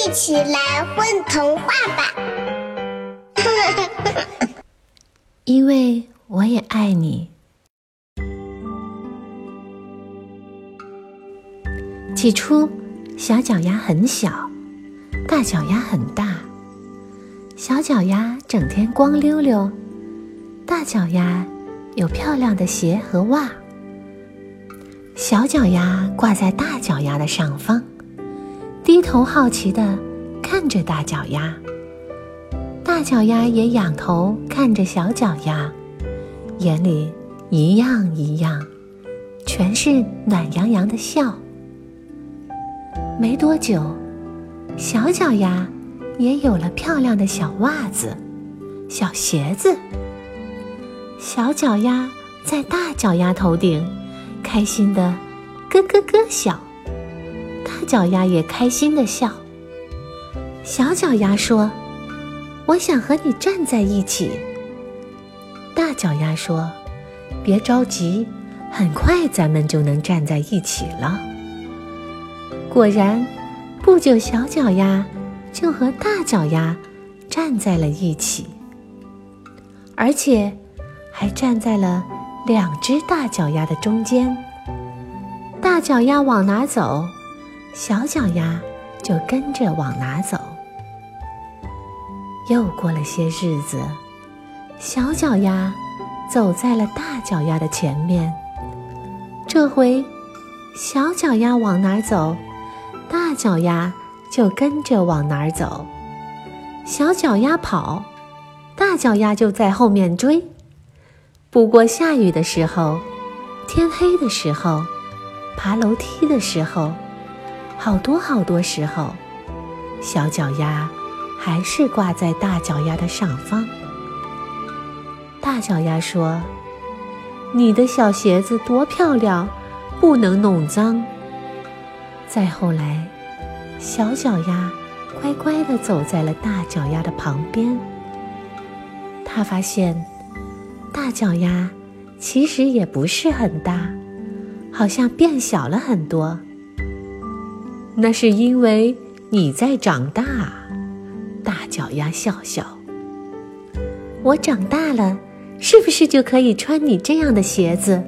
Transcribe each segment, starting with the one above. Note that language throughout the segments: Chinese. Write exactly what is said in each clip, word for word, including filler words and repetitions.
一起来混童话吧。 因为我也爱你。起初，小脚丫很小，大脚丫很大。小脚丫整天光溜溜，大脚丫有漂亮的鞋和袜。小脚丫挂在大脚丫的上方，低头好奇地看着大脚丫。大脚丫也仰头看着小脚丫，眼里一样一样，全是暖洋洋的笑。没多久，小脚丫也有了漂亮的小袜子、小鞋子。小脚丫在大脚丫头顶开心地咯咯咯笑，大脚丫也开心地笑。小脚丫说：“我想和你站在一起。”大脚丫说：“别着急，很快咱们就能站在一起了。”果然，不久小脚丫就和大脚丫站在了一起，而且还站在了两只大脚丫的中间。大脚丫往哪走，小脚丫就跟着往哪走。又过了些日子，小脚丫走在了大脚丫的前面。这回，小脚丫往哪走，大脚丫就跟着往哪儿走。小脚丫跑，大脚丫就在后面追。不过下雨的时候，天黑的时候，爬楼梯的时候，好多好多时候，小脚丫还是挂在大脚丫的上方。大脚丫说：“你的小鞋子多漂亮，不能弄脏。”再后来，小脚丫乖乖地走在了大脚丫的旁边。他发现，大脚丫其实也不是很大，好像变小了很多。那是因为你在长大，大脚丫笑笑。我长大了，是不是就可以穿你这样的鞋子？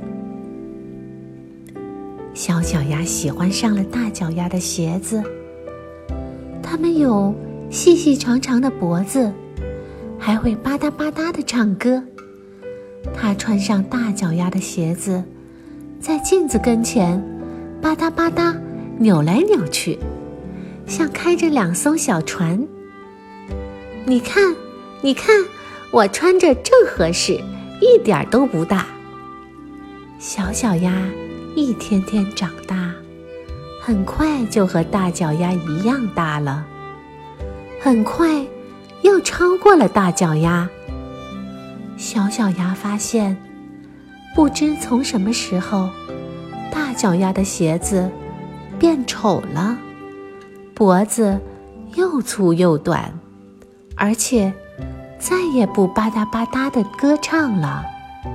小脚丫喜欢上了大脚丫的鞋子，它们有细细长长的脖子，还会吧嗒吧嗒地唱歌。它穿上大脚丫的鞋子，在镜子跟前吧嗒吧嗒扭来扭去，像开着两艘小船。你看，你看，我穿着正合适，一点都不大。小脚丫一天天长大，很快就和大脚丫一样大了，很快又超过了大脚丫。小脚丫发现，不知从什么时候，大脚丫的鞋子变丑了，脖子又粗又短，而且再也不吧嗒吧嗒地歌唱了，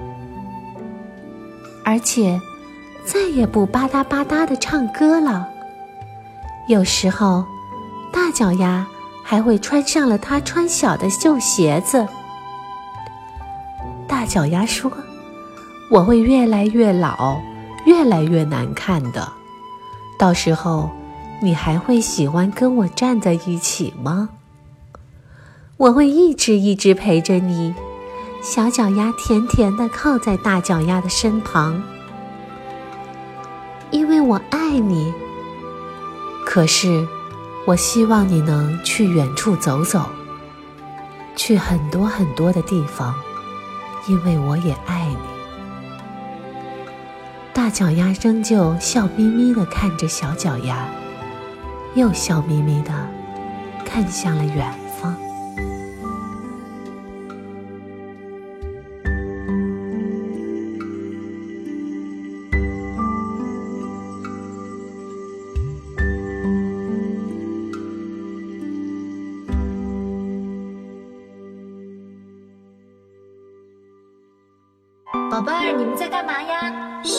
而且再也不吧嗒吧嗒地唱歌了。有时候，大脚丫还会穿上了他穿小的旧鞋子。大脚丫说：“我会越来越老，越来越难看的。到时候，你还会喜欢跟我站在一起吗？”“我会一直一直陪着你。”小脚丫甜甜地靠在大脚丫的身旁。“因为我爱你。可是，我希望你能去远处走走，去很多很多的地方，因为我也爱你。”大脚丫仍旧笑眯眯地看着小脚丫，又笑眯眯地看向了远方。 宝贝儿，你们在干嘛呀？ 嘘，